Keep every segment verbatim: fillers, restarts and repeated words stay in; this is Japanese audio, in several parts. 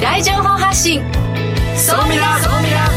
来情報発信総ミラ。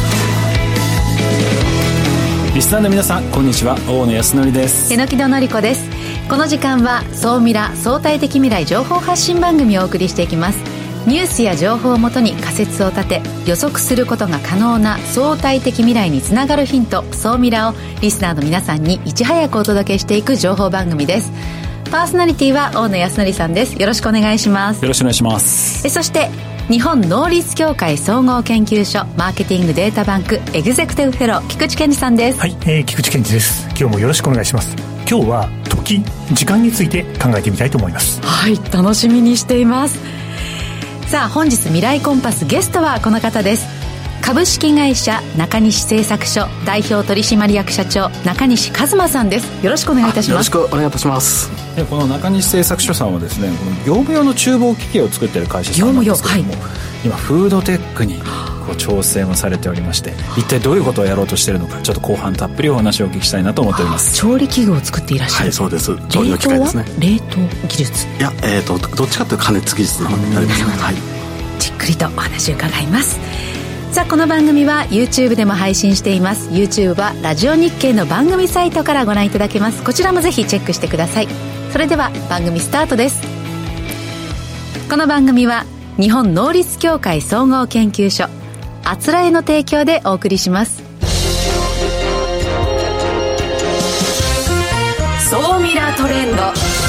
リスナーの皆さんこんにちは、大野康則です。 榎戸紀子です。この時間は総ミラ相対的未来情報発信番組をお送りしていきます。ニュースや情報をもとに仮説を立て予測することが可能な相対的未来につながるヒント、総ミラをリスナーの皆さんにいち早くお届けしていく情報番組です。パーソナリティは大野康則さんです。よろしくお願いします。 よろしくお願いします。 えそして日本能率協会総合研究所マーケティングデータバンクエグゼクティブフェロー菊池健二さんです。 はい、えー、菊池健二です。今日もよろしくお願いします。今日は時、時間について考えてみたいと思います。 はい、楽しみにしています。さあ本日未来コンパスゲストはこの方です。株式会社中西製作所代表取締役社長中西一馬さんです。よろしくお願いいたします。 よろしくお願いいたします。 でこの中西製作所さんはですね、この業務用の厨房機器を作っている会社さんなんですけども、業務用、はい、今フードテックにこう挑戦をされておりまして、一体どういうことをやろうとしているのか、ちょっと後半たっぷりお話をお聞きしたいなと思っております。 調理器具を作っていらっしゃる。 はい、そうです。調理の機械ですね。 冷凍技術。 いや、えーと、どっちかというと加熱技術の方になりますね。はい、 じっくりとお話を伺います。さあこの番組は YouTube でも配信しています。 YouTube はラジオ日経の番組サイトからご覧いただけます。こちらもぜひチェックしてください。それでは番組スタートです。この番組は日本能率協会総合研究所あつらえの提供でお送りします。 総ミラトレンド。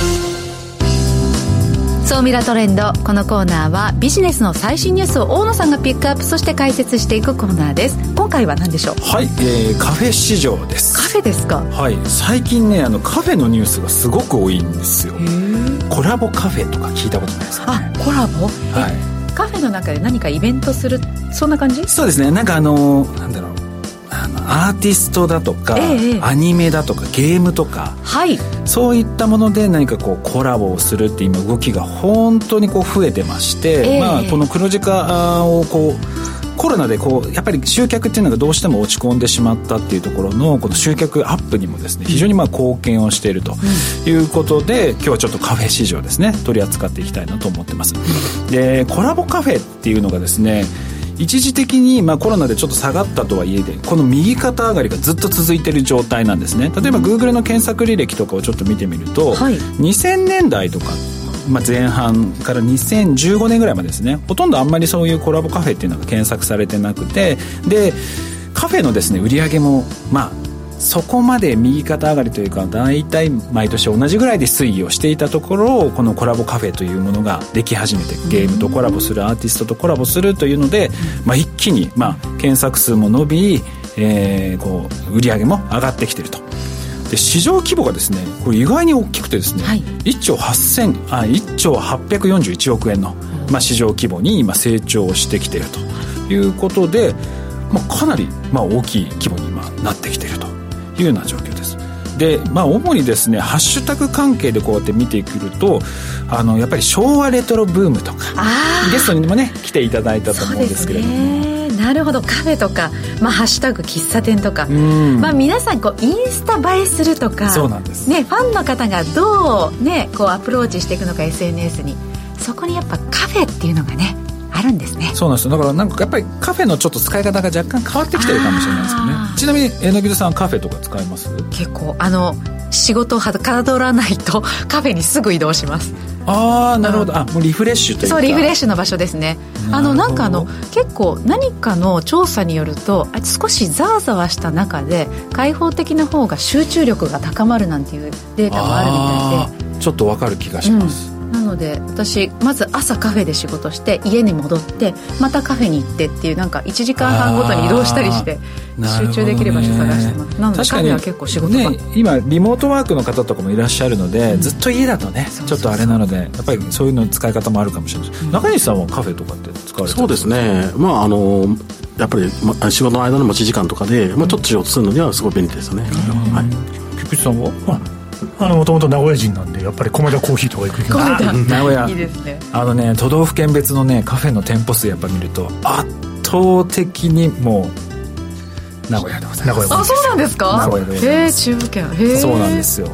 総ミラトレンド、このコーナーはビジネスの最新ニュースを大野さんがピックアップ、そして解説していくコーナーです。今回は何でしょう。 はい、えー、カフェ市場です。 カフェですか。 はい、最近ね、あのカフェのニュースがすごく多いんですよ。コラボカフェとか聞いたことないですか、ね、 あ、コラボ、 はい、 カフェの中で何かイベントする、そんな感じ。 そうですね、なんかあのなんだろう、あのアーティストだとか、ええ、アニメだとかゲームとか、 はい、 そういったもので何かこうコラボをするって今動きが本当にこう増えてまして、ええ、まあ、この黒字化をこうコロナでこうやっぱり集客っていうのがどうしても落ち込んでしまったっていうところのこの集客アップにもですね、非常にまあ貢献をしているということで、うん、今日はちょっとカフェ市場ですね、取り扱っていきたいなと思ってます。でコラボカフェっていうのがですね、一時的にまあコロナでちょっと下がったとはいえで、この右肩上がりがずっと続いている状態なんですね。例えば Google の検索履歴とかをちょっと見てみると、はい、にせんねんだいとか、まあ、前半からにせんじゅうごねんぐらいまでですね、ほとんどあんまりそういうコラボカフェっていうのが検索されてなくて、でカフェのですね売り上げもまあそこまで右肩上がりというか、大体毎年同じぐらいで推移をしていたところを、このコラボカフェというものができ始めて、ゲームとコラボする、アーティストとコラボするというので、まあ、一気にまあ検索数も伸び、えー、こう売り上げも上がってきていると。で市場規模がですね、これ意外に大きくてですね、はい、いっちょうはっせんあいっちょうはっぴゃくよんじゅういちおくえんの、まあ、市場規模に今成長してきているということで、まあ、かなりまあ大きい規模に今なってきているというような状況です。で、まあ、主にですねハッシュタグ関係でこうやって見てくると、あのやっぱり昭和レトロブームとか、ゲストにもね来ていただいたと思うんですけれども、 なるほど、カフェとか、まあ、ハッシュタグ喫茶店とか、まあ、皆さんこうインスタ映えするとか、 そうなんです、 ね、ファンの方がどう、ね、こうアプローチしていくのか エスエヌエス に、そこにやっぱカフェっていうのがねあるんですね。 そうなんですよ。だからなんかやっぱりカフェのちょっと使い方が若干変わってきてるかもしれないですよね。ちなみに榎戸さんカフェとか使います？ 結構あの仕事をはかどらないとカフェにすぐ移動します。 ああ、なるほど。あ、もうリフレッシュというか。 そう、リフレッシュの場所ですね。あのなんかあの結構何かの調査によると、少しざわざわした中で開放的な方が集中力が高まるなんていうデータもあるみたいで、 ちょっとわかる気がします、 うん、なので私まず朝カフェで仕事して家に戻ってまたカフェに行ってっていう、なんかいちじかんはんごとに移動したりして集中できる場所探してます。なのでカフェは結構仕事が、 ね、今リモートワークの方とかもいらっしゃるので、うん、ずっと家だとねちょっとあれなので、やっぱりそういうの使い方もあるかもしれないです、うん、中西さんはカフェとかって使われてるんですか？ そうですね、まああのやっぱり、ま、仕事の間の持ち時間とかで、まあ、ちょっと仕事するのにはすごい便利ですよね、うん、はい。 菊池さんは？ あのもともと名古屋人なんで、やっぱり米田コーヒーとか行くけど、 名古屋いいですね。 あのね、都道府県別のねカフェの店舗数やっぱ見ると圧倒的にもう名古屋でございます。 あ、そうなんですか？ 名古屋でございます。 へー、中部圏。へー、 そうなんですよ。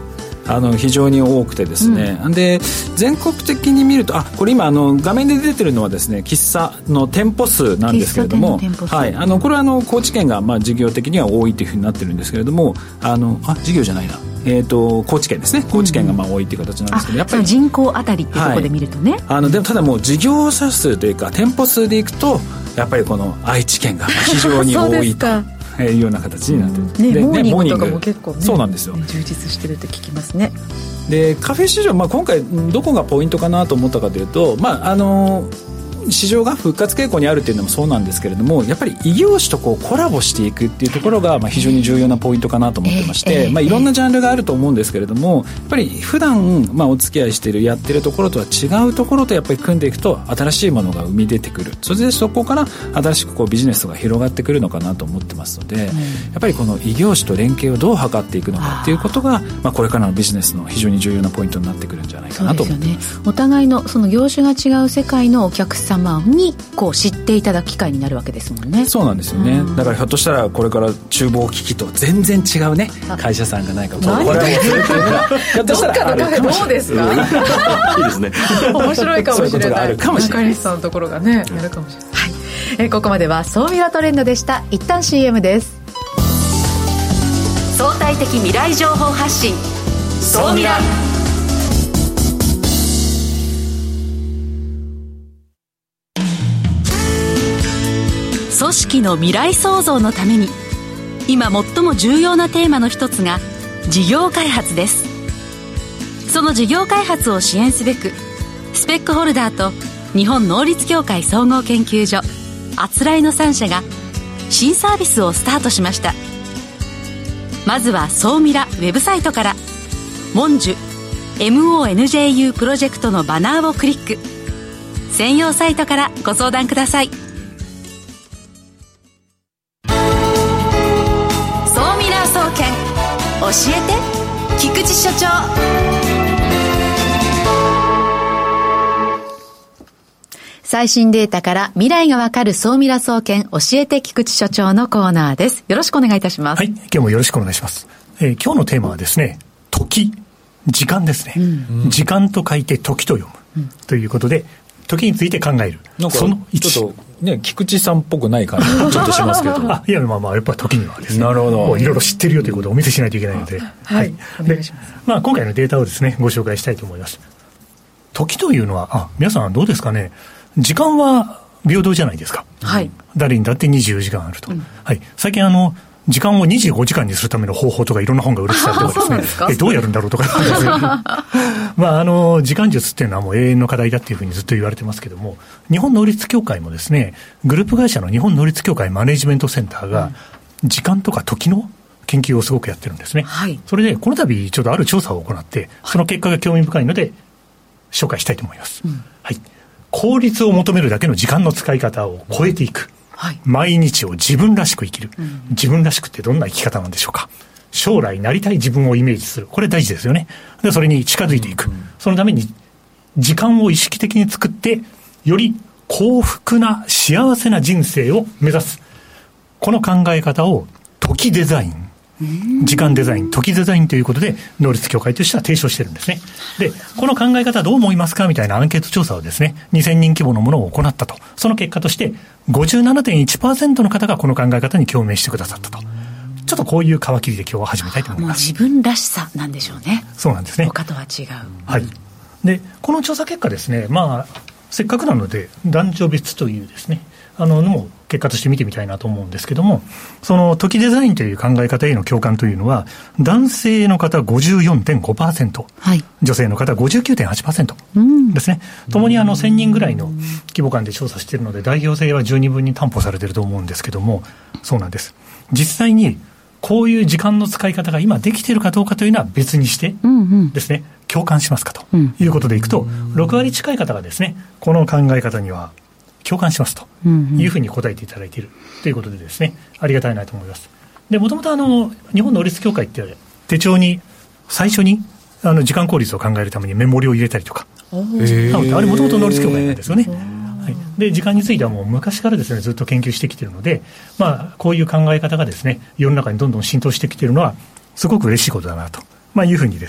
あの非常に多くてですね、うん、で全国的に見ると、あ、これ今あの画面で出てるのはですね、喫茶の店舗数なんですけれども、はい、あのこれはあの高知県がまあ事業的には多いというふうになってるんですけれども、あのあ事業じゃないな、えー、と高知県ですね、高知県がまあ多いという形なんですけど、うん、やっぱり人口あたりっていうところで見るとね、はい、 あのでもただもう事業者数というか店舗数でいくとやっぱりこの愛知県が非常に多いというような形になってる、 うんね、でモーニングとかも結構、ね、 そうなんですよ、 充実してるって聞きますね。 でカフェ市場、まあ、今回どこがポイントかなと思ったかというと、まああの市場が復活傾向にあるっていうのもそうなんですけれども、やっぱり異業種とこうコラボしていくっていうところがまあ非常に重要なポイントかなと思ってまして、まあ、いろんなジャンルがあると思うんですけれども、やっぱり普段まあお付き合いしているやってるところとは違うところとやっぱり組んでいくと新しいものが生み出てくる、それでそこから新しくこうビジネスが広がってくるのかなと思ってますので、やっぱりこの異業種と連携をどう図っていくのかっていうことがまあこれからのビジネスの非常に重要なポイントになってくるんじゃないかなと思ってます。 そうですよね、お互いのその業種が違う世界のお客様にこう知っていただく機会になるわけですもんね。 そうなんですよね、うん、だからひょっとしたらこれから厨房機器と全然違うね会社さんがないかも、これはひょっとしたらあるかもしれない。 どっかのカフェどうですかいいですね面白いかもしれない。 そういうことがあるかもしれない。 中西さんのところがね、やるかもしれない、はい、えー、ここまでは総ミラトレンドでした。一旦 シーエム です。 相対的未来情報発信、総ミラ。 組織の未来創造のために今最も重要なテーマの一つが事業開発です。その事業開発を支援すべくスペックホルダーと日本能率協会総合研究所あつらいのさん社が新サービスをスタートしました。まずは総ミラウェブサイトからモンジュ エムオーエヌジェーユー プロジェクトのバナーをクリック、専用サイトからご相談ください。 教えて菊池所長。 最新データから未来がわかる総ミラ総研教えて菊池所長のコーナーです。よろしくお願いいたします。 はい、今日もよろしくお願いします。えー、今日のテーマはですね、時、時間ですね、うん、時間と書いて時と読む、うん、ということで時について考える。 なんかそのちょっとね、菊池さんっぽくない感じちょっとしますけどあ、いや、まあまあやっぱり時にはですね、 なるほど、 いろいろ知ってるよということをお見せしないといけないので、 はい、はい、お願いします。 まあ、今回のデータをですねご紹介したいと思います。時というのは、あ、皆さんどうですかね、時間は平等じゃないですか、はい、誰にだってにじゅうよじかんあると、うん、はい、最近あの時間をにじゅうごじかんにするための方法とかいろんな本が売れてたりとかですねえどうやるんだろうとかまああの時間術っていうのはもう永遠の課題だっていうふうにずっと言われてますけども、日本能率協会もですね、グループ会社の日本能率協会マネジメントセンターが時間とか時の研究をすごくやってるんですね、はい、それでこの度ちょっとある調査を行ってその結果が興味深いので紹介したいと思います、うん、はい、効率を求めるだけの時間の使い方を超えていく、はい、毎日を自分らしく生きる、うん、自分らしくってどんな生き方なんでしょうか。将来なりたい自分をイメージする、これ大事ですよね。でそれに近づいていく、うんうん、そのために時間を意識的に作ってより幸福な幸せな人生を目指す、この考え方を時デザイン、時間デザイン、時デザインということで能率協会としては提唱してるんですね。でこの考え方どう思いますかみたいなアンケート調査をですねにせんにん規模のものを行ったと。その結果として ごじゅうななてんいちパーセント の方がこの考え方に共鳴してくださったと。ちょっとこういう皮切りで今日は始めたいと思います。 もう自分らしさなんでしょうね。 そうなんですね。 他とは違う、 はい、でこの調査結果ですね、まあせっかくなので男女別というですねあののも結果として見てみたいなと思うんですけども、その時デザインという考え方への共感というのは男性の方 ごじゅうよんてんごパーセント、はい、女性の方 ごじゅうきゅうてんはちパーセント ですね。ともにあのせんにんぐらいの規模感で調査しているので代表性は十二分に担保されていると思うんですけども、そうなんです。実際にこういう時間の使い方が今できているかどうかというのは別にしてですね、うんうん、共感しますかということでいくとろくわり近い方がですねこの考え方には共感しますというふうに答えていただいているということでですね、ありがたいなと思います。でもともとあの日本能率協会って手帳に最初にあの時間効率を考えるためにメモリを入れたりとか、あれもともと能率協会なんですよね。はい、で時間についてはもう昔からですねずっと研究してきているので、まあ、こういう考え方がですね世の中にどんどん浸透してきているのはすごく嬉しいことだなと、まあ、いうふうにですね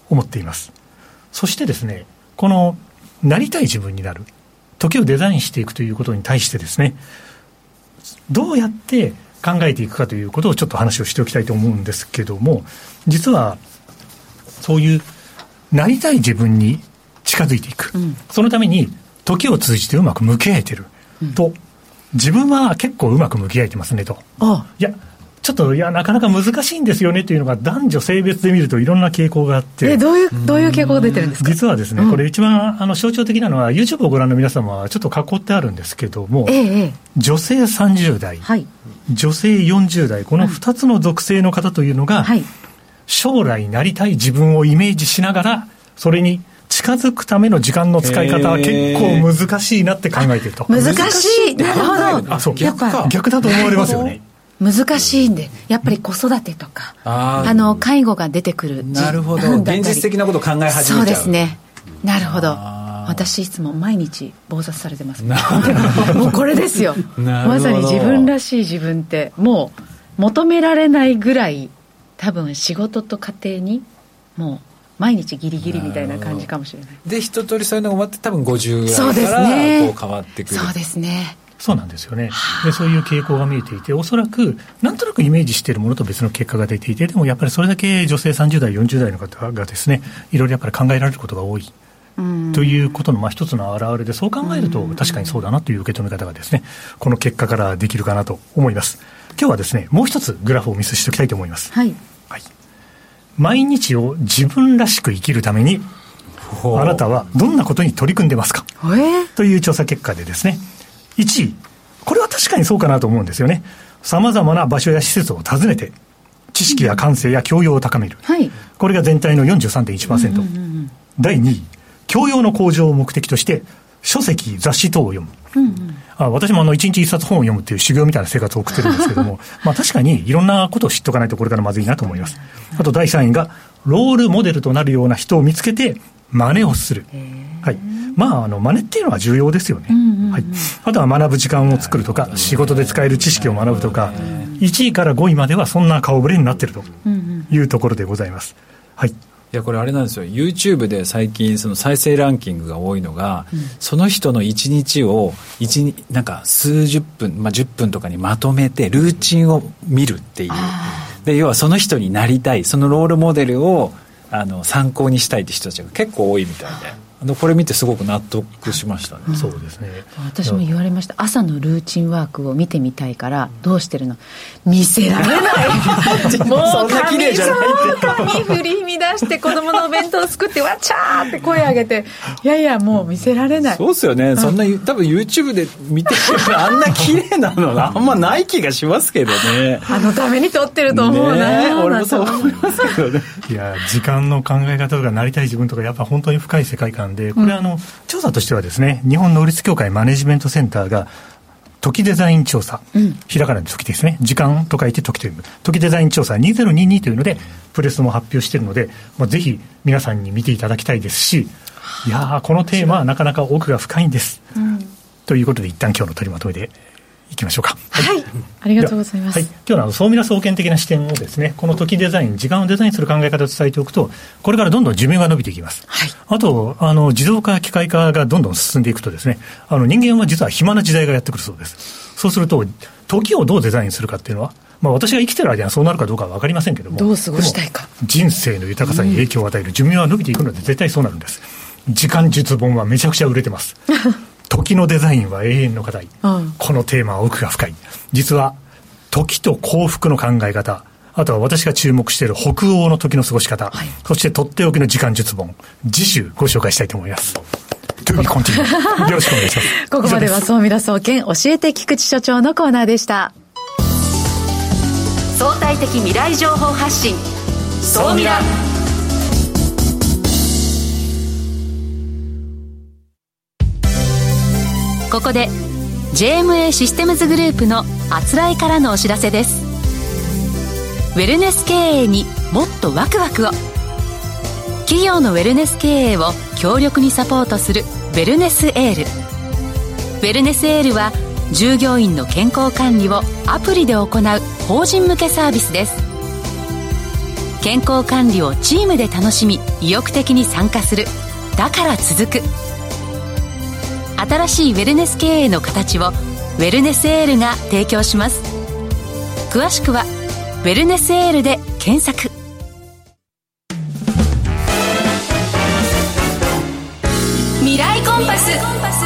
思っています。そしてですね、このなりたい自分になる、時をデザインしていくということに対してですね、どうやって考えていくかということをちょっと話をしておきたいと思うんですけども、実はそういうなりたい自分に近づいていく、うん、そのために時を通じてうまく向き合えてる、うん、と自分は結構うまく向き合えてますねと。ああ、いやちょっといやなかなか難しいんですよねというのが男女性別で見るといろんな傾向があって、 えどういうどういう傾向が出てるんですか。 実はですね、うん、これ一番あの象徴的なのは YouTube をご覧の皆様はちょっと囲ってあるんですけども、ええ、女性さんじゅう代、はい、女性よんじゅう代、このふたつの属性の方というのが、はい、将来なりたい自分をイメージしながらそれに近づくための時間の使い方は結構難しいなって考えてると。 難しい、なるほど。 あ、そう、逆か、逆だと思われますよね。 難しいんで、やっぱり子育てとか、ああの介護が出てくる。 なるほど、現実的なことを考え始めちゃう。 そうですね、なるほど。私いつも毎日忙殺されてます。もうこれですよ。まさに自分らしい自分ってもう求められないぐらい、多分仕事と家庭にもう毎日ギリギリみたいな感じかもしれない。 で一通りそういうのが終わって多分ごじゅうぐらいからこう変わってくる。 そうですね。 そうなんですよね。でそういう傾向が見えていて、おそらくなんとなくイメージしているものと別の結果が出ていて、でもやっぱりそれだけ女性さんじゅう代よんじゅう代の方がですね、いろいろやっぱり考えられることが多いということのまあ一つの表れで、そう考えると確かにそうだなという受け止め方がですね、この結果からできるかなと思います。今日はですね、もう一つグラフをお見せしておきたいと思います。はい、はい、毎日を自分らしく生きるためにあなたはどんなことに取り組んでますか、えー、という調査結果でですね、いちい、これは確かにそうかなと思うんですよね。さまざまな場所や施設を訪ねて知識や感性や教養を高める、はい、これが全体の よんじゅうさんてんいちパーセント、うんうんうん、だいにい、教養の向上を目的として書籍雑誌等を読む、うんうん、あ私もあのいちにちいっさつ本を読むっていう修行みたいな生活を送ってるんですけどもまあ確かにいろんなことを知っておかないとこれからまずいなと思います。あとだいさんいがロールモデルとなるような人を見つけて真似をする、はい、まああの真似っていうのは重要ですよね、うんうんうん、はい、あとは学ぶ時間を作るとか仕事で使える知識を学ぶとか、いちいからごいまではそんな顔ぶれになっているというところでございます、はい。 いやこれあれなんですよ、 YouTube で最近その再生ランキングが多いのが、うん、その人の一日を一なんか数十分、まあ、じゅっぷんとかにまとめてルーチンを見るっていう、で要はその人になりたい、そのロールモデルをあの参考にしたいって人たちが結構多いみたいで、あのこれ見てすごく納得しましたね、 うん、そうですね。 私も言われました。朝のルーチンワークを見てみたいからどうしてるの、見せられないもうそんな綺麗じゃない髪振り乱して子供のお弁当を作ってわっちゃーって声上げて、いやいやもう見せられない。 そうですよね、そんな多分 YouTube で見てるあんな綺麗なのあんまない気がしますけどねあのために撮ってると思うな、 ね、俺もそう思いますけどねいや時間の考え方とかなりたい自分とかやっぱ本当に深い世界観で、これあの、うん、調査としてはですね、日本能率協会マネジメントセンターが時デザイン調査、うん、ひらがなで時ですね、時間と書いて時という時デザイン調査にせんにじゅうにというのでプレスも発表しているので、まあ、ぜひ皆さんに見ていただきたいですし、いやこのテーマはなかなか奥が深いんです、うん、ということで一旦今日の取りまとめでいきましょうか。 はい、はい、ありがとうございます。 はい、今日の総ミラ総研的な視点をですね、この時デザイン、時間をデザインする考え方を伝えておくと、これからどんどん寿命が伸びていきます。はい、あとあの自動化機械化がどんどん進んでいくとですね、あの人間は実は暇な時代がやってくるそうです。そうすると時をどうデザインするかっていうのは、まあ、私が生きてる間にはそうなるかどうかは分かりませんけども、 どう過ごしたいか、 人生の豊かさに影響を与える、寿命は伸びていくので絶対そうなるんです。時間術本はめちゃくちゃ売れてます時のデザインは永遠の課題、うん、このテーマは奥が深い。実は時と幸福の考え方、あとは私が注目している北欧の時の過ごし方、はい、そしてとっておきの時間術本、次週ご紹介したいと思います。To be continued よろしくお願いしますここまでは総ミラ総研教えて菊池所長のコーナーでした。 相対的未来情報発信、総ミラ。 ここで ジェーエムエー システムズグループのあつらいからのお知らせです。ウェルネス経営にもっとワクワクを、企業のウェルネス経営を強力にサポートするウェルネスエール。ウェルネスエールは従業員の健康管理をアプリで行う法人向けサービスです。 健康管理をチームで楽しみ意欲的に参加する。だから続く。新しいウェルネス経営の形をウェルネスエールが提供します。詳しくはウェルネスエールで検索。 未来コンパス。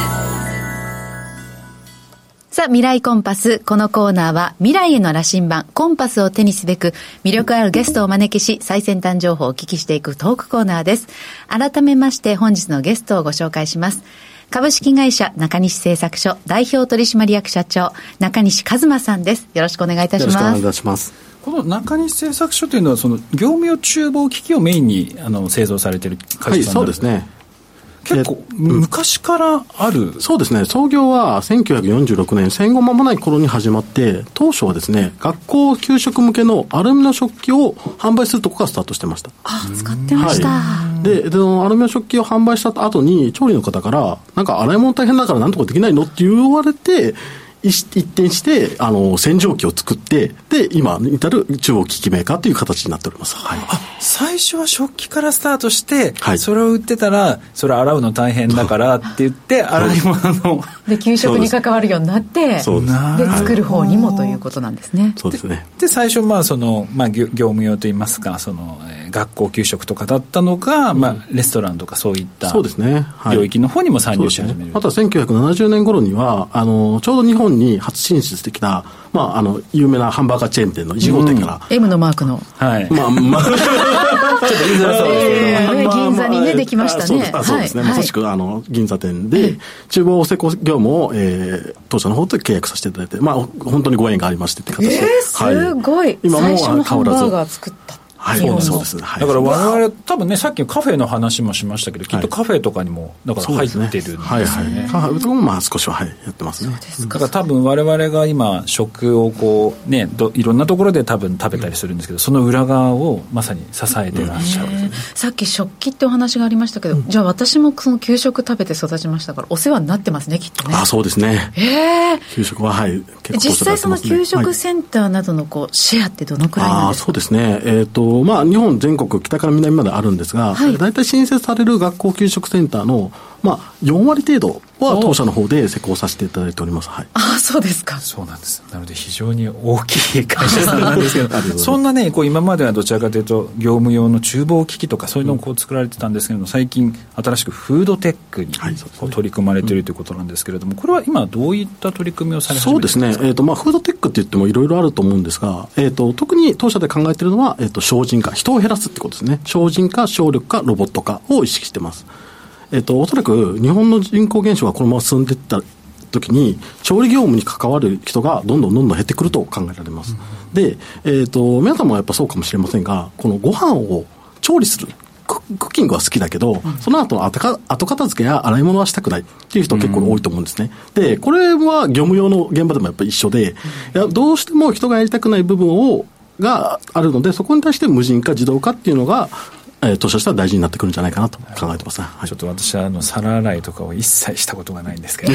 さあ、未来コンパス。このコーナーは未来への羅針盤コンパスを手にすべく魅力あるゲストをお招きし、最先端情報をお聞きしていくトークコーナーです。改めまして本日のゲストをご紹介します。株式会社中西製作所代表取締役社長中西一馬さんです。よろしくお願いいたします。 よろしくお願いいたします。 この中西製作所というのはその業務用厨房機器をメインにあの製造されている会社さんなんですか。 はい、そうですね。 結構昔からある、 うん、そうですね。創業はせんきゅうひゃくよんじゅうろくねん、戦後間もない頃に始まって、当初はですね、学校給食向けのアルミの食器を販売するとこからスタートしてました。 あ、使ってました、 はい、で、でアルミの食器を販売した後に調理の方からなんか洗い物大変だからなんとかできないのって言われて、一転してあの洗浄機を作って、で今に至る中央機器メーカーという形になっております。はい、 あ、最初は食器からスタートして、 はい、 それを売ってたらそれ洗うの大変だからって言って洗い物ので給食に関わるようになってそうです。 で作る方にもということなんですね。 そうですね。 で, で最初まあその、まあ、業務用といいますかその、えー、学校給食とかだったのが、うんまあ、レストランとかそういったそうですね、はい、 領域の方にも参入し始める。 あとはせんきゅうひゃくななじゅうねん頃にはあのちょうど日本に初進出してきた、まあ、あの有名なハンバーガーチェーン店のいち号店から、 うん、M のマークの、 はいまあまあ、ちょっと言いづらそうですけど、 えーまあ、銀座にねできましたね。 そうですね、はい、まさしくあの銀座店で、はい、厨房施工業務を、えー、当社の方と契約させていただいて、まあ、本当にご縁がありましてって形で、 えー、すごい、はい、今も最初のハンバーガー作ったはい、そうですそうです、はい、 だから我々多分ねさっきカフェの話もしましたけど、きっとカフェとかにもだから入ってるんですよね。 はいはいはい、カフェもまあ少しは、はい、やってますね。そうですか。だから多分我々が今食をこうねどいろんなところで多分食べたりするんですけど、その裏側をまさに支えてらっしゃる、ね、 さっき食器ってお話がありましたけど、うん、じゃあ私もその給食食べて育ちましたからお世話になってますねきっとね。 あ、そうですね。 えー、 給食ははい結構、ね、実際その給食センターなどのこう、はい、シェアってどのくらいなんですか。 あ、そうですね。えっとまあ日本全全国北から南まであるんですが、はい、大体新設される学校給食センターの、まあ、よん割程度は当社の方で施工させていただいております。はい、 ああ、そうですか。 そうなんです。なので非常に大きい会社さんなんですけどそんなねこう今まではどちらかというと業務用の厨房機器とかそういうのをこう作られてたんですけれども、最近新しくフードテックにこう取り組まれているということなんですけれども、これは今どういった取り組みをされ始めているんですか。 そうですね、えーとまあ、フードテックって言ってもいろいろあると思うんですが、えーと特に当社で考えているのは、えーと省人化、人を減らすってことですね。省人化、省力化、ロボット化を意識しています。えっと、おそらく日本の人口減少がこのまま進んでいった時に調理業務に関わる人がどんどんどんどん減ってくると考えられます、うん、で、えっと、皆さんもやっぱそうかもしれませんが、このご飯を調理するクッキングは好きだけど、うん、その後の後か後片付けや洗い物はしたくないっていう人結構多いと思うんですね、うん、でこれは業務用の現場でもやっぱり一緒で、うん、いやどうしても人がやりたくない部分をがあるので、そこに対して無人化自動化っていうのがえー、当社としては大事になってくるんじゃないかなと考えてます、はい、 ちょっと私はあの皿洗いとかを一切したことがないんですけど、 え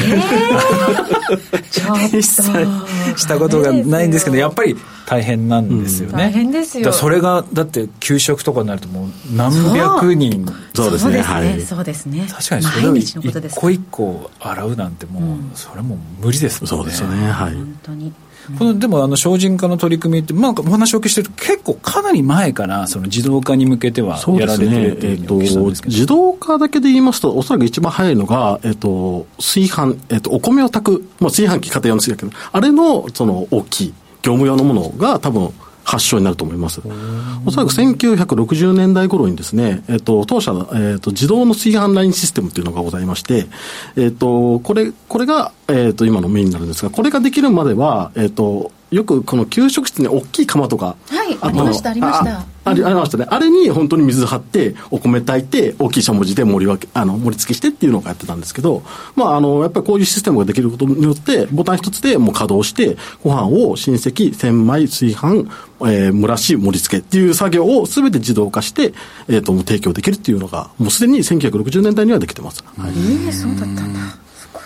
ー、 一切したことがないんですけど、やっぱり大変なんですよね、うん、 大変ですよ。 だそれがだって給食とかになるともう何百人。 そうですね、 はい、そうですね。 確かにそれを一個一個洗うなんてもう、うん、それも無理ですもんね。 そうですよね、はい、 本当に。 このでもあの省人化の取り組みって、まあ、お話をお聞きしてると結構かなり前からその自動化に向けてはやられてるというふうにお聞きしたんですけど、 自動化だけで言いますとおそらく一番早いのが、えっと、炊飯、えっと、お米を炊く、もう炊飯器家庭用の炊飯器だけど、あれのその大きい業務用のものが多分発祥になると思います。おそらくせんきゅうひゃくろくじゅうねんだい頃にですね、えっと、当社の、えっと、自動の炊飯ラインシステムというのがございまして、えっと、これ、これが、えっと、今のメインになるんですが、これができるまでは、えっと、よくこの給食室に大きい釜とか、 はい、ありましたありましたあり、ありましたね。あれに本当に水張ってお米炊いて大きいしゃもじで盛り分けあの盛り付けしてっていうのをやってたんですけど、まああのやっぱりこういうシステムができることによってボタン一つでもう稼働してご飯を親戚千枚炊飯、えー、蒸らし盛り付けっていう作業を全て自動化して、えー、と提供できるっていうのがもうすでにせんきゅうひゃくろくじゅうねんだいにはできてます。はい、 えー、そうだったんだ。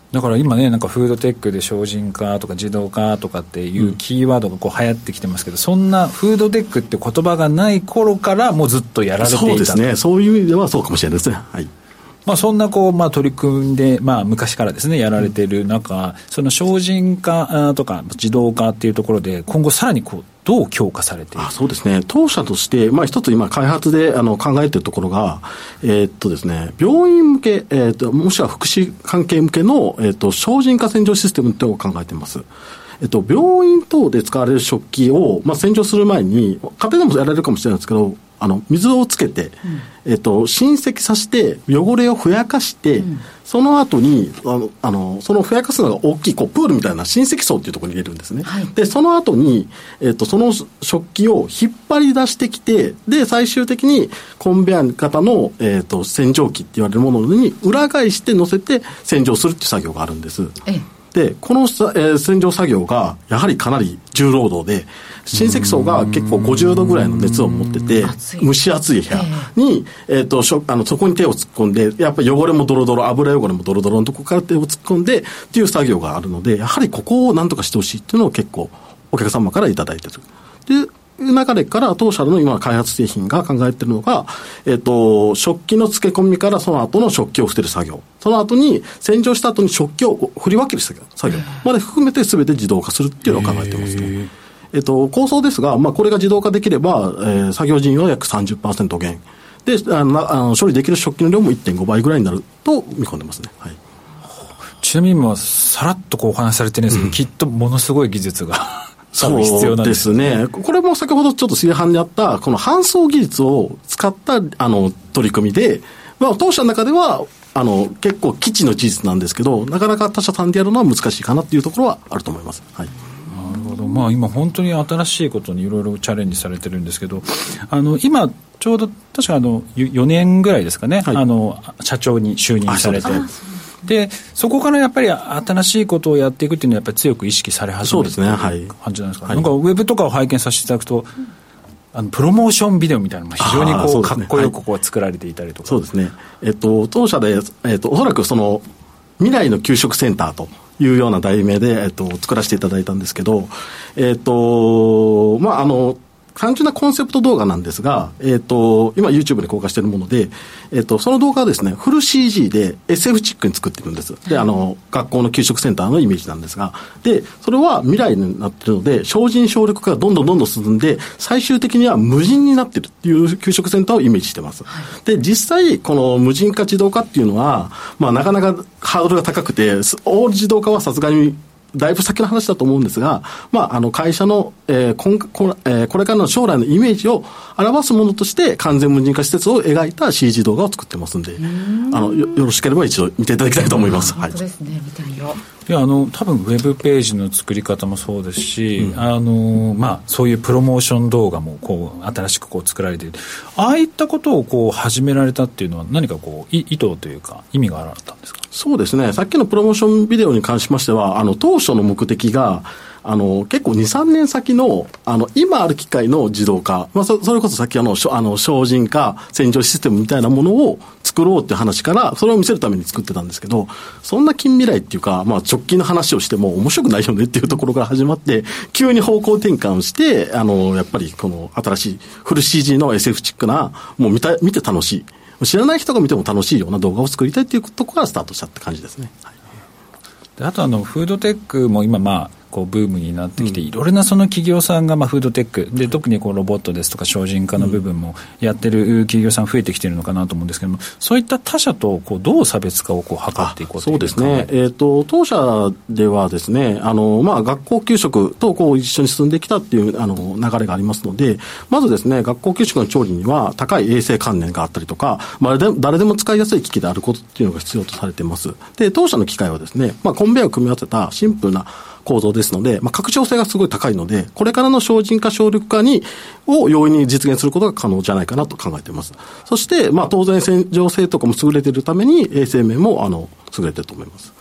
だから今ね、なんかフードテックで精進化とか自動化とかっていうキーワードがこう流行ってきてますけど、うん、そんなフードテックって言葉がない頃からもうずっとやられていた。 そうですね、そういう意味ではそうかもしれないですね。はい。 まあ、そんなこう、まあ、取り組んで、まあ、昔からですねやられている中、うん、その精進化とか自動化っていうところで今後さらにこうどう強化されている？ あ、そうですね、当社として、まあ、一つ今開発であの考えているところが、えーっとですね、病院向け、えーっともしくは福祉関係向けの、えーっと精進化洗浄システムというのを考えています。えっと、病院等で使われる食器を、まあ、洗浄する前に家庭でもやられるかもしれないですけど、あの水をつけて、うん、えっと、浸積させて汚れをふやかして、うん、その後にあのあのそのふやかすのが大きいこうプールみたいな浸積槽っていうところに入れるんですね、はい、でその後に、えっと、その食器を引っ張り出してきて、で最終的にコンベア型の、えっと、洗浄機って言われるものに裏返して乗せて洗浄するっていう作業があるんです。ええ、でこの、えー、洗浄作業がやはりかなり重労働で、浸積層が結構ごじゅうどぐらいの熱を持ってて蒸し暑い部屋に、えー、としょあのそこに手を突っ込んで、やっぱり汚れもドロドロ、油汚れもドロドロのところから手を突っ込んでっていう作業があるので、やはりここをなんとかしてほしいっていうのを結構お客様からいただいてる。で流れから当社の今開発製品が考えているのが、えっと、食器の漬け込みからその後の食器を捨てる作業、その後に洗浄した後に食器を振り分ける作業、作業まで含めて全て自動化するっていうのを考えていますね。えっと、構想ですが、まあ、これが自動化できれば、えー、作業人員は約 さんじゅっパーセント 減で、あのあの処理できる食器の量も いってんご 倍ぐらいになると見込んでますね。はい。 ちなみに今さらっとこうお話しされてるんですけど、うん、きっとものすごい技術がそうですね。これも先ほどちょっと炊飯にあったこの搬送技術を使ったあの取り組みで、まあ、当社の中ではあの結構基地の事実なんですけど、なかなか他社さんでやるのは難しいかなっていうところはあると思います。はい。 なるほど。まあ、今本当に新しいことにいろいろチャレンジされてるんですけど、あの今ちょうど確かあのよねんぐらいですかね、はい、あの社長に就任されて、でそこからやっぱり新しいことをやっていくっていうのはやっぱり強く意識され始めてる感じなんですか、ね。なんかウェブとかを拝見させていただくと、あのプロモーションビデオみたいなのも非常にこうかっこよくこう作られていたりとか。 そうですね。えっと当社で、えっと、おそらくその未来の給食センターというような題名で、えっと、作らせていただいたんですけど、えっとまああの単純なコンセプト動画なんですが、えっと、今 YouTube で公開しているもので、えっと、その動画はですね、フル シージー で エスエフ チックに作ってるんです。で、あの、学校の給食センターのイメージなんですが、で、それは未来になっているので、精進省力化がどんどんどんどん進んで、最終的には無人になっているっていう給食センターをイメージしてます。で、実際、この無人化自動化っていうのは、まあ、なかなかハードルが高くて、大自動化はさすがにだいぶ先の話だと思うんですが、まあ、あの会社の、えーこんこえー、これからの将来のイメージを表すものとして完全無人化施設を描いた シージー 動画を作ってますんで、あの よ, よろしければ一度見ていただきたいと思います。 本当ですね、見たいよ。 いや、あの多分ウェブページの作り方もそうですし、うん、あのまあ、そういうプロモーション動画もこう新しくこう作られている、ああいったことをこう始められたっていうのは何かこう意図というか意味があったんですか？ そうですね、さっきのプロモーションビデオに関しましては、あの当初の目的があの結構 にさんねん先の、あの今ある機械の自動化、まあ、そ, それこそさっきあのあの精進化洗浄システムみたいなものを作ろうっていう話からそれを見せるために作ってたんですけど、そんな近未来っていうか、まあ、直近の話をしても面白くないよねっていうところから始まって急に方向転換して、あのやっぱりこの新しいフル シージー の エスエフ チックなもう 見, た見て楽しい、知らない人が見ても楽しいような動画を作りたいっていうところからスタートしたって感じですね。はい、 であとあのフードテックも今まあこうブームになってきて、いろいろなその企業さんがまあフードテックで特にこうロボットですとか精進化の部分もやってる企業さん増えてきているのかなと思うんですけども、そういった他社とこうどう差別化をこう図っていこうというか。 そうですね、えー、と当社ではですね、あの、まあ、学校給食とこう一緒に進んできたっていうあの流れがありますので、まずですね、学校給食の調理には高い衛生観念があったりとか、まあ、誰でも使いやすい機器であることっていうのが必要とされています。で当社の機械はですね、まあ、コンベヤーを組み合わせたシンプルな構造ですので、まあ、拡張性がすごい高いので、これからの精進化省力化にを容易に実現することが可能じゃないかなと考えています。そして、まあ、当然洗浄性とかも優れているために衛生面もあの優れていると思います。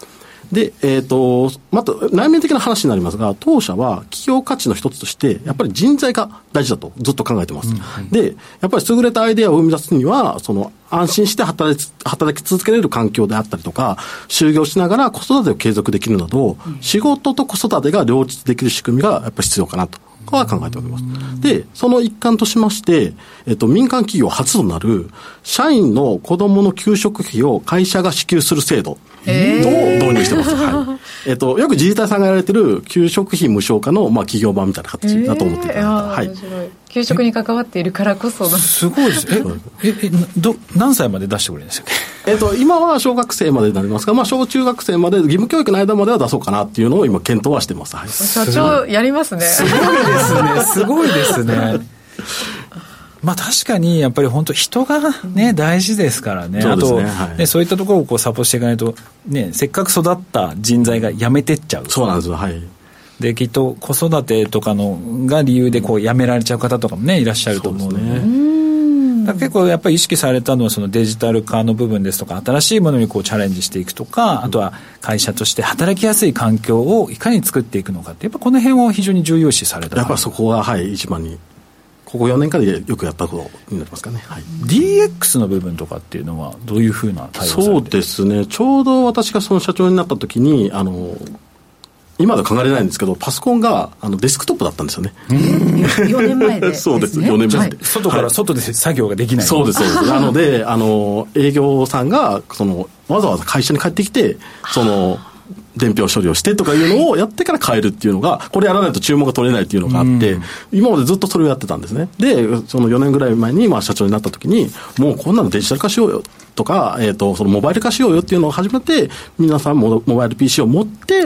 で、えっと、また内面的な話になりますが、当社は企業価値の一つとして、やっぱり人材が大事だとずっと考えてます。うんはい、で、やっぱり優れたアイデアを生み出すには、その、安心して働き、働き続けられる環境であったりとか、就業しながら子育てを継続できるなど、うん、仕事と子育てが両立できる仕組みがやっぱり必要かなと。は考えております。で、その一環としまして、えっと、民間企業初となる、社員の子供の給食費を会社が支給する制度を導入してます。はい。えっと、よく自治体さんがやられてる給食費無償化の、まあ、企業版みたいな形だと思っていただいた。はい。 給食に関わっているからこその。 すごいです。え、え、え、ど、何歳まで出してくれるんですか？ えっと、今は小学生までになりますが、まあ、小中学生まで、義務教育の間までは出そうかなっていうのを今、検討はしてます。はい。 社長、やりますね。 すごいですね。すごいですね。まあ確かにやっぱり本当人がね、うん、大事ですからね。 そうですね。 あと、はい、ね、そういったところをこうサポートしていかないと、ね、せっかく育った人材が辞めてっちゃう。 そうなんですよ。はい。 で、きっと子育てとかのが理由でこう辞められちゃう方とかもね、いらっしゃると思うので、ね。うんだ結構やっぱり意識されたのはそのデジタル化の部分ですとか、新しいものにこうチャレンジしていくとか、あとは会社として働きやすい環境をいかに作っていくのかって、やっぱこの辺を非常に重要視された。 やっぱりそこは、はい、一番に。ここよねんかんでよくやったことになりますかね。はい、 ディーエックス の部分とかっていうのはどういうふうな対応されてるんですか？ そうですね。ちょうど私がその社長になった時に、あの、今では考えられないんですけど、パソコンがあのデスクトップだったんですよね。 よねんまえで、ね、 そうです。よねんまえで、 はい、外から外で作業ができない。 そうです。そうです。なので、あの、営業さんが、その、わざわざ会社に帰ってきて、その、伝票処理をしてとかいうのをやってから変えるっていうのが、これやらないと注文が取れないっていうのがあって、うん、今までずっとそれをやってたんですね。で、そのよねんぐらい前にまあ社長になった時に、もうこんなのデジタル化しようよとか、えっと、そのモバイル化しようよっていうのを始めて、皆さんもモバイル ピーシー を持って、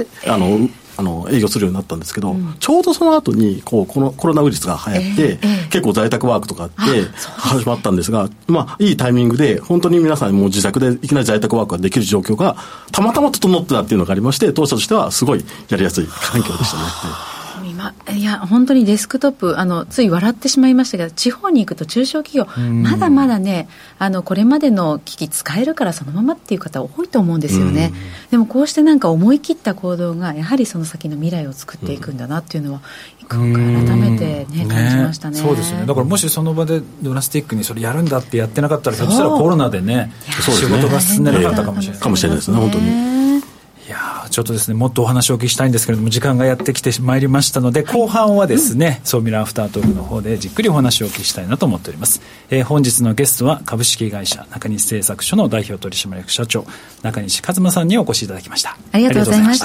あの、あの営業するようになったんですけど、うん、ちょうどその後にこうこのコロナウイルスが流行って、えーえー、結構在宅ワークとかって始まったんですが、まあいいタイミングで本当に皆さんもう自宅でいきなり在宅ワークができる状況がたまたま整ってたっていうのがありまして、当社としてはすごいやりやすい環境でしたね。 今いや本当にデスクトップあのつい笑ってしまいましたけど、地方に行くと中小企業まだまだね、あのこれまでの機器使えるからそのままっていう方多いと思うんですよね。でもこうしてなんか思い切った行動がやはりその先の未来を作っていくんだなっていうのは、今回改めて、ね、感じましたね。 そうですね。だからもしその場でドラスティックにそれやるんだってやってなかったら、ひょっとしたらコロナでね仕事が進んでなかったかもしれない、 かもしれないですね。本当にいやちょっとですね、もっとお話をお聞きしたいんですけれども、時間がやってきてまいりましたので、後半はですね、総ミラーアフタートークの方でじっくりお話をお聞きしたいなと思っております。えー、本日のゲストは株式会社中西製作所の代表取締役社長中西一馬さんにお越しいただきました。 ありがとうございました。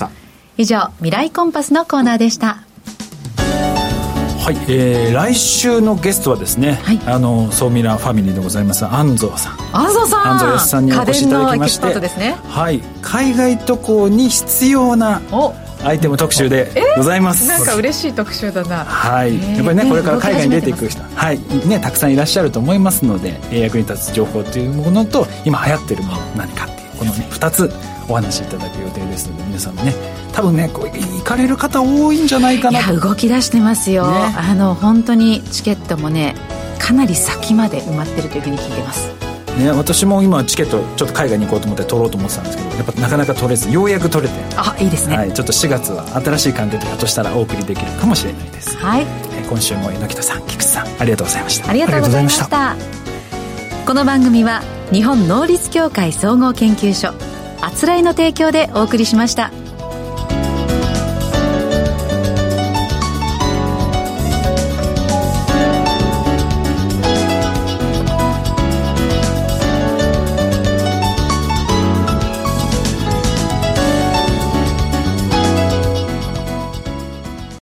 以上、未来コンパスのコーナーでした。 はい、えー、来週のゲストはですね、はい、あの総ミラーファミリーでございます安藤さん安藤さん安藤康さんにお越しいただきまして、 家電のエキスパートですね。 はい、海外渡航に必要なアイテム特集でございます。 なんか嬉しい特集だな。 はい、やっぱりね、これから海外に出ていく人、はいね、たくさんいらっしゃると思いますので、役に立つ情報というものと今流行っているもの何かっていうこのねふたつお話しいただく予定ですので、皆さんもね多分ねこう行かれる方多いんじゃないかなと。 いや動き出してますよ、ね、あの本当にチケットもねかなり先まで埋まってるというふうに聞いてますね。私も今チケットちょっと海外に行こうと思って取ろうと思ってたんですけど、やっぱなかなか取れず、ようやく取れて、 あいいですね、 はい、ちょっとしがつは新しい観点でひょっとしたらお送りできるかもしれないです。 はい、 えー、今週も榎田さん菊池さんありがとうございました。 ありがとうございました。この番組は日本能率協会総合研究所あつらいの提供でお送りしました。